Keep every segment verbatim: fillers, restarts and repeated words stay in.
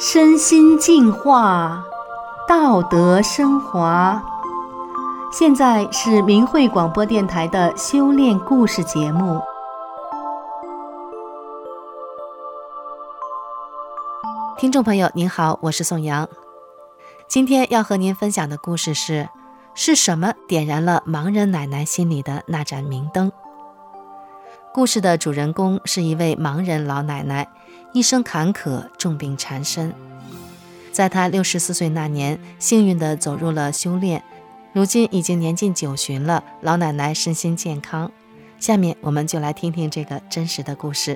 身心净化，道德升华。现在是明慧广播电台的修炼故事节目。听众朋友您好，我是宋阳。今天要和您分享的故事是是什么点燃了盲人奶奶心里的那盏明灯。故事的主人公是一位盲人老奶奶，一生坎坷，重病缠身。在她六十四岁那年，幸运地走入了修炼，如今已经年近九旬了，老奶奶身心健康。下面我们就来听听这个真实的故事。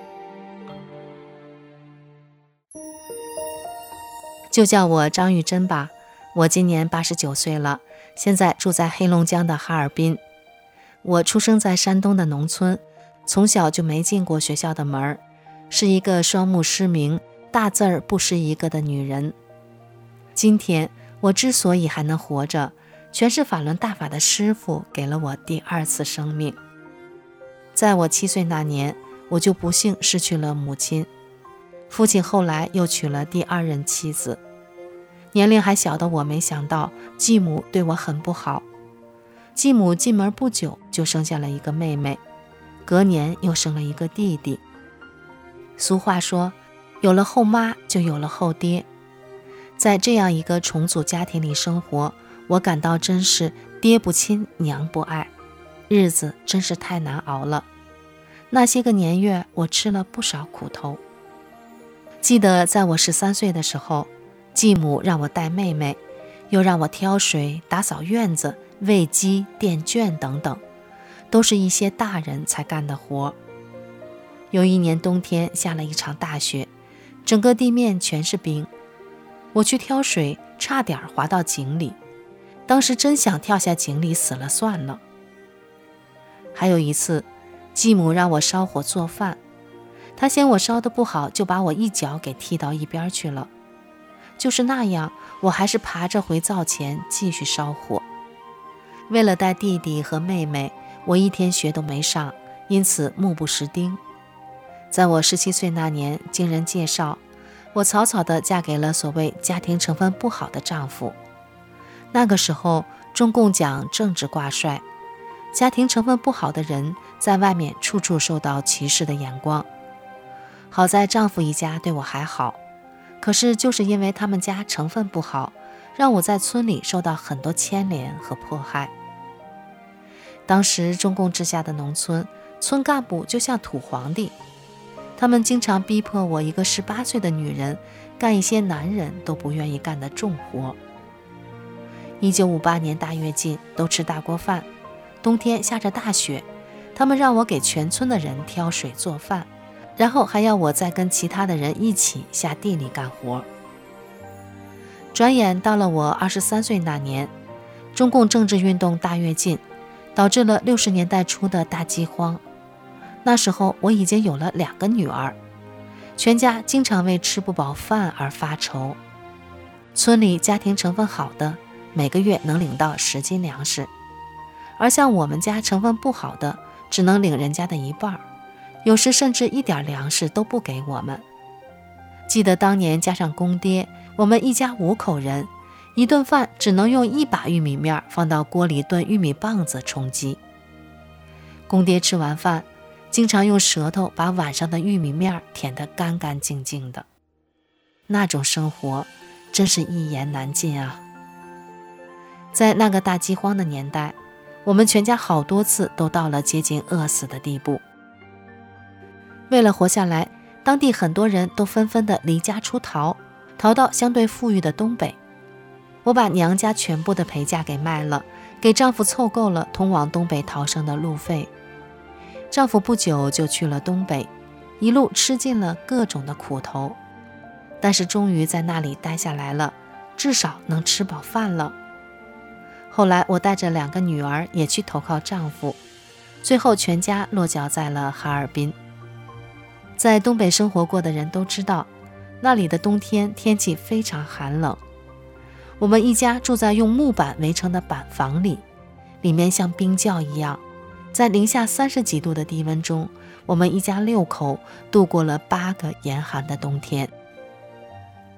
就叫我张玉珍吧，我今年八十九岁了，现在住在黑龙江的哈尔滨。我出生在山东的农村，从小就没进过学校的门，是一个双目失明、大字儿不识一个的女人。今天我之所以还能活着，全是法轮大法的师父给了我第二次生命。在我七岁那年，我就不幸失去了母亲，父亲后来又娶了第二任妻子。年龄还小的我没想到继母对我很不好，继母进门不久就生下了一个妹妹，隔年又生了一个弟弟。俗话说，有了后妈就有了后爹。在这样一个重组家庭里生活，我感到真是爹不亲娘不爱，日子真是太难熬了。那些个年月，我吃了不少苦头。记得在我十三岁的时候，继母让我带妹妹，又让我挑水、打扫院子、喂鸡、垫圈等等，都是一些大人才干的活。有一年冬天下了一场大雪，整个地面全是冰。我去挑水，差点滑到井里，当时真想跳下井里死了算了。还有一次，继母让我烧火做饭，她嫌我烧得不好，就把我一脚给踢到一边去了。就是那样，我还是爬着回灶前继续烧火。为了带弟弟和妹妹，我一天学都没上，因此目不识丁。在我十七岁那年，经人介绍，我草草地嫁给了所谓家庭成分不好的丈夫。那个时候，中共讲政治挂帅，家庭成分不好的人在外面处处受到歧视的眼光。好在丈夫一家对我还好，可是就是因为他们家成分不好，让我在村里受到很多牵连和迫害。当时中共治下的农村，村干部就像土皇帝，他们经常逼迫我一个十八岁的女人干一些男人都不愿意干的重活。一九五八年大跃进，都吃大锅饭，冬天下着大雪，他们让我给全村的人挑水做饭，然后还要我再跟其他的人一起下地里干活。转眼到了我二十三岁那年，中共政治运动大跃进，导致了六十年代初的大饥荒。那时候我已经有了两个女儿，全家经常为吃不饱饭而发愁。村里家庭成分好的，每个月能领到十斤粮食，而像我们家成分不好的，只能领人家的一半，有时甚至一点粮食都不给我们。记得当年加上公爹，我们一家五口人，一顿饭只能用一把玉米面放到锅里炖玉米棒子充饥。公爹吃完饭，经常用舌头把碗上的玉米面舔得干干净净的。那种生活真是一言难尽啊。在那个大饥荒的年代，我们全家好多次都到了接近饿死的地步。为了活下来，当地很多人都纷纷的离家出逃，逃到相对富裕的东北。我把娘家全部的陪嫁给卖了，给丈夫凑够了通往东北逃生的路费。丈夫不久就去了东北，一路吃尽了各种的苦头，但是终于在那里待下来了，至少能吃饱饭了。后来我带着两个女儿也去投靠丈夫，最后全家落脚在了哈尔滨。在东北生活过的人都知道，那里的冬天天气非常寒冷。我们一家住在用木板围成的板房里，里面像冰窖一样，在零下三十几度的低温中，我们一家六口度过了八个严寒的冬天。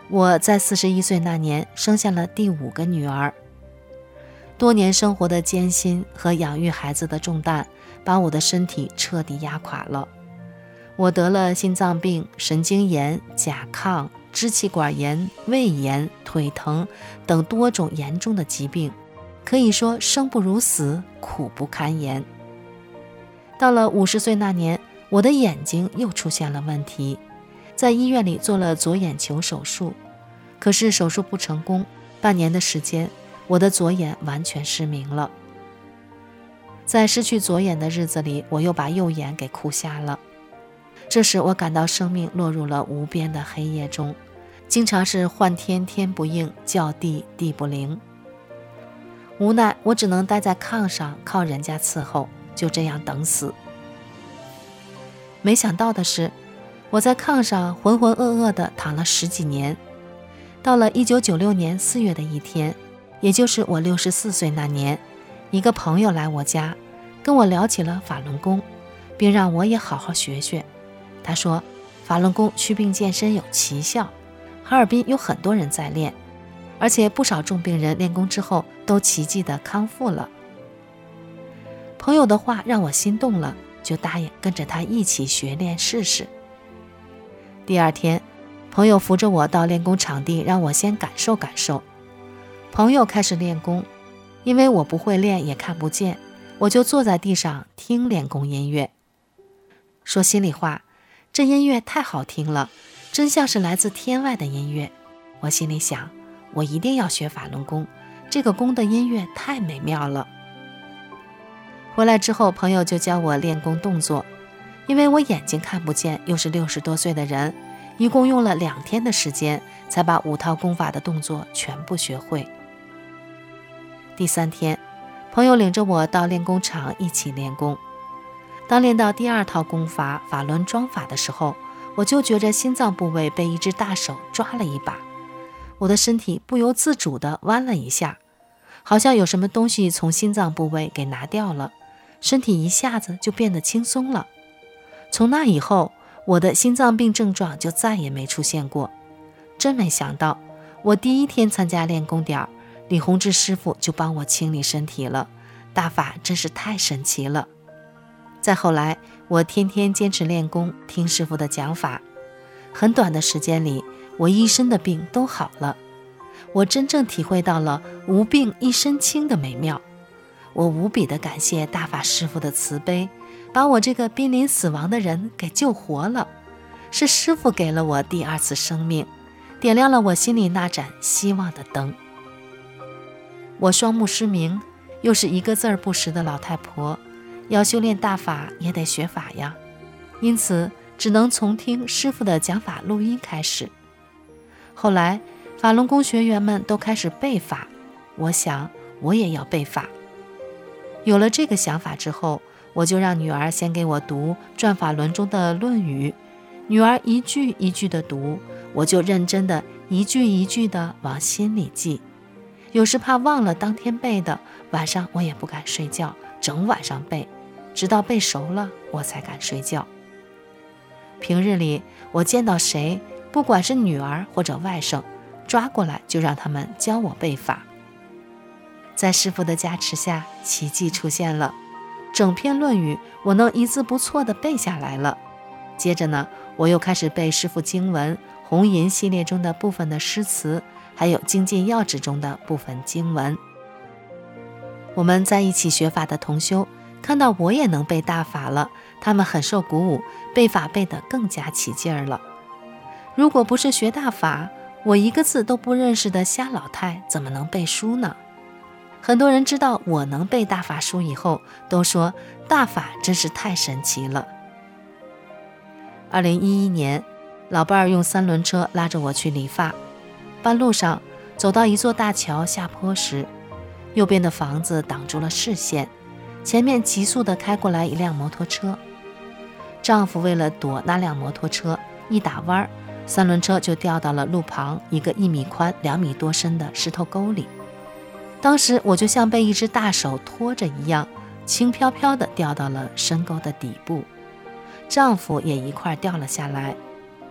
我在四十一岁那年生下了第五个女儿。多年生活的艰辛和养育孩子的重担，把我的身体彻底压垮了。我得了心脏病、神经炎、甲亢、支气管炎、胃炎、腿疼等多种严重的疾病，可以说生不如死，苦不堪言。到了五十岁那年，我的眼睛又出现了问题，在医院里做了左眼球手术，可是手术不成功，半年的时间，我的左眼完全失明了。在失去左眼的日子里，我又把右眼给哭瞎了。这时我感到生命落入了无边的黑夜中，经常是唤天天不应，叫地地不灵。无奈我只能待在炕上，靠人家伺候，就这样等死。没想到的是，我在炕上浑浑噩噩地躺了十几年。到了一九九六年四月的一天，也就是我六十四岁那年，一个朋友来我家，跟我聊起了法轮功，并让我也好好学学。他说，法轮功祛病健身有奇效，哈尔滨有很多人在练，而且不少重病人练功之后都奇迹地康复了。朋友的话让我心动了，就答应跟着他一起学练试试。第二天，朋友扶着我到练功场地，让我先感受感受。朋友开始练功，因为我不会练也看不见，我就坐在地上听练功音乐。说心里话，这音乐太好听了，真像是来自天外的音乐。我心里想，我一定要学法轮功，这个功的音乐太美妙了。回来之后，朋友就教我练功动作，因为我眼睛看不见，又是六十多岁的人，一共用了两天的时间，才把五套功法的动作全部学会。第三天，朋友领着我到练功场一起练功。当练到第二套功法法轮桩法的时候，我就觉着心脏部位被一只大手抓了一把，我的身体不由自主地弯了一下，好像有什么东西从心脏部位给拿掉了，身体一下子就变得轻松了。从那以后，我的心脏病症状就再也没出现过。真没想到，我第一天参加练功点，李洪志师傅就帮我清理身体了，大法真是太神奇了。再后来，我天天坚持练功，听师傅的讲法，很短的时间里，我一身的病都好了。我真正体会到了无病一身轻的美妙。我无比的感谢大法师父的慈悲，把我这个濒临死亡的人给救活了。是师父给了我第二次生命，点亮了我心里那盏希望的灯。我双目失明，又是一个字儿不识的老太婆，要修炼大法也得学法呀，因此只能从听师父的讲法录音开始。后来法轮功学员们都开始背法，我想我也要背法。有了这个想法之后，我就让女儿先给我读《转法轮》中的《论语》，女儿一句一句的读，我就认真的一句一句的往心里记。有时怕忘了当天背的，晚上我也不敢睡觉，整晚上背，直到背熟了我才敢睡觉。平日里我见到谁，不管是女儿或者外甥，抓过来就让他们教我背法。在师父的加持下，奇迹出现了，整篇《论语》我能一字不错地背下来了。接着呢，我又开始背师父经文，红银系列中的部分的诗词，还有精进要旨中的部分经文。我们在一起学法的同修看到我也能背大法了，他们很受鼓舞，背法背得更加起劲儿了。如果不是学大法，我一个字都不认识的瞎老太怎么能背书呢？很多人知道我能背大法书以后，都说大法真是太神奇了。二零一一年，老伴儿用三轮车拉着我去理发，半路上走到一座大桥下坡时，右边的房子挡住了视线，前面急速地开过来一辆摩托车。丈夫为了躲那辆摩托车，一打弯，三轮车就掉到了路旁一个一米宽两米多深的石头沟里。当时我就像被一只大手拖着一样，轻飘飘地掉到了深沟的底部，丈夫也一块掉了下来。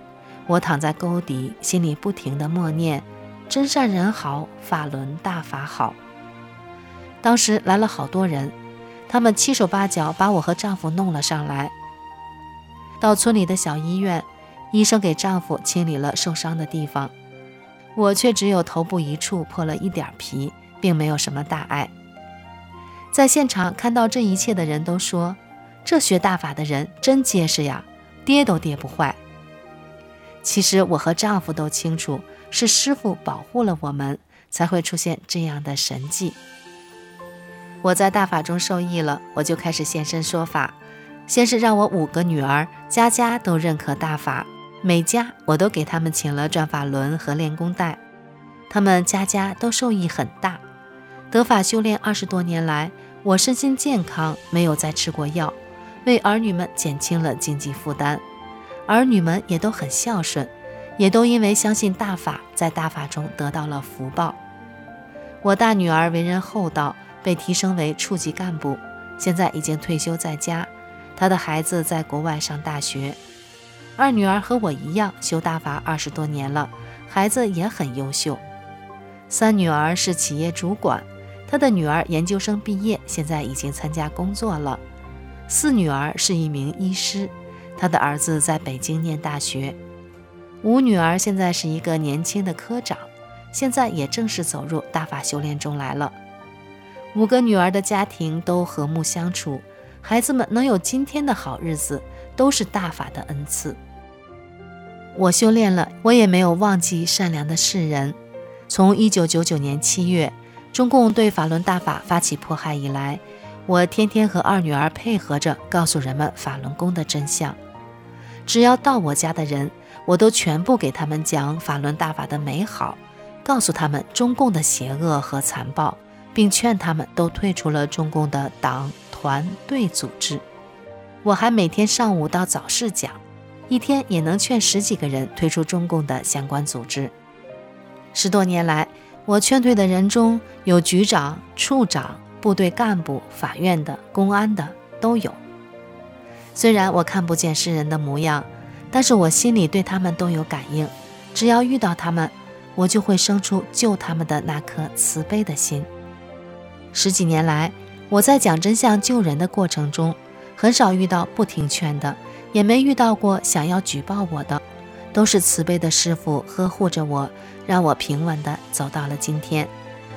我躺在沟底，心里不停地默念：真善人好，法轮大法好。当时来了好多人，他们七手八脚把我和丈夫弄了上来。到村里的小医院，医生给丈夫清理了受伤的地方，我却只有头部一处破了一点皮，并没有什么大碍。在现场看到这一切的人都说，这学大法的人真结实呀，跌都跌不坏。其实我和丈夫都清楚，是师父保护了我们，才会出现这样的神迹。我在大法中受益了，我就开始现身说法。先是让我五个女儿家家都认可大法，每家我都给他们请了转法轮和练功带，他们家家都受益很大。得法修炼二十多年来，我身心健康，没有再吃过药，为儿女们减轻了经济负担。儿女们也都很孝顺，也都因为相信大法，在大法中得到了福报。我大女儿为人厚道，被提升为处级干部，现在已经退休在家，她的孩子在国外上大学。二女儿和我一样修大法二十多年了，孩子也很优秀。三女儿是企业主管，她的女儿研究生毕业，现在已经参加工作了。四女儿是一名医师，她的儿子在北京念大学。五女儿现在是一个年轻的科长，现在也正式走入大法修炼中来了。五个女儿的家庭都和睦相处，孩子们能有今天的好日子，都是大法的恩赐。我修炼了，我也没有忘记善良的世人。从一九九九年七月，中共对法轮大法发起迫害以来，我天天和二女儿配合着告诉人们法轮功的真相。只要到我家的人，我都全部给他们讲法轮大法的美好，告诉他们中共的邪恶和残暴，并劝他们都退出了中共的党、团、队组织。我还每天上午到早市讲，一天也能劝十几个人退出中共的相关组织。十多年来，我劝退的人中有局长、处长、部队干部、法院的、公安的都有。虽然我看不见世人的模样，但是我心里对他们都有感应，只要遇到他们，我就会生出救他们的那颗慈悲的心。十几年来，我在讲真相救人的过程中，很少遇到不听劝的，也没遇到过想要举报我的，都是慈悲的师父呵护着我，让我平稳地走到了今天。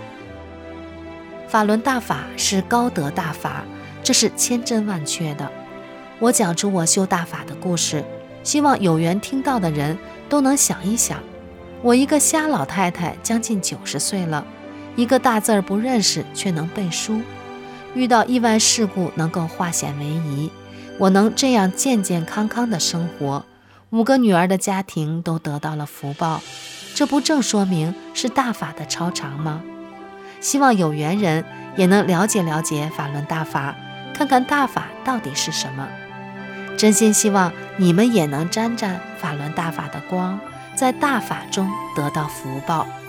法轮大法是高德大法，这是千真万确的。我讲出我修大法的故事，希望有缘听到的人都能想一想，我一个瞎老太太将近九十岁了，一个大字儿不认识却能背书，遇到意外事故能够化险为夷，我能这样健健康康的生活，五个女儿的家庭都得到了福报，这不正说明是大法的超常吗？希望有缘人也能了解了解法轮大法，看看大法到底是什么。真心希望你们也能沾沾法轮大法的光，在大法中得到福报。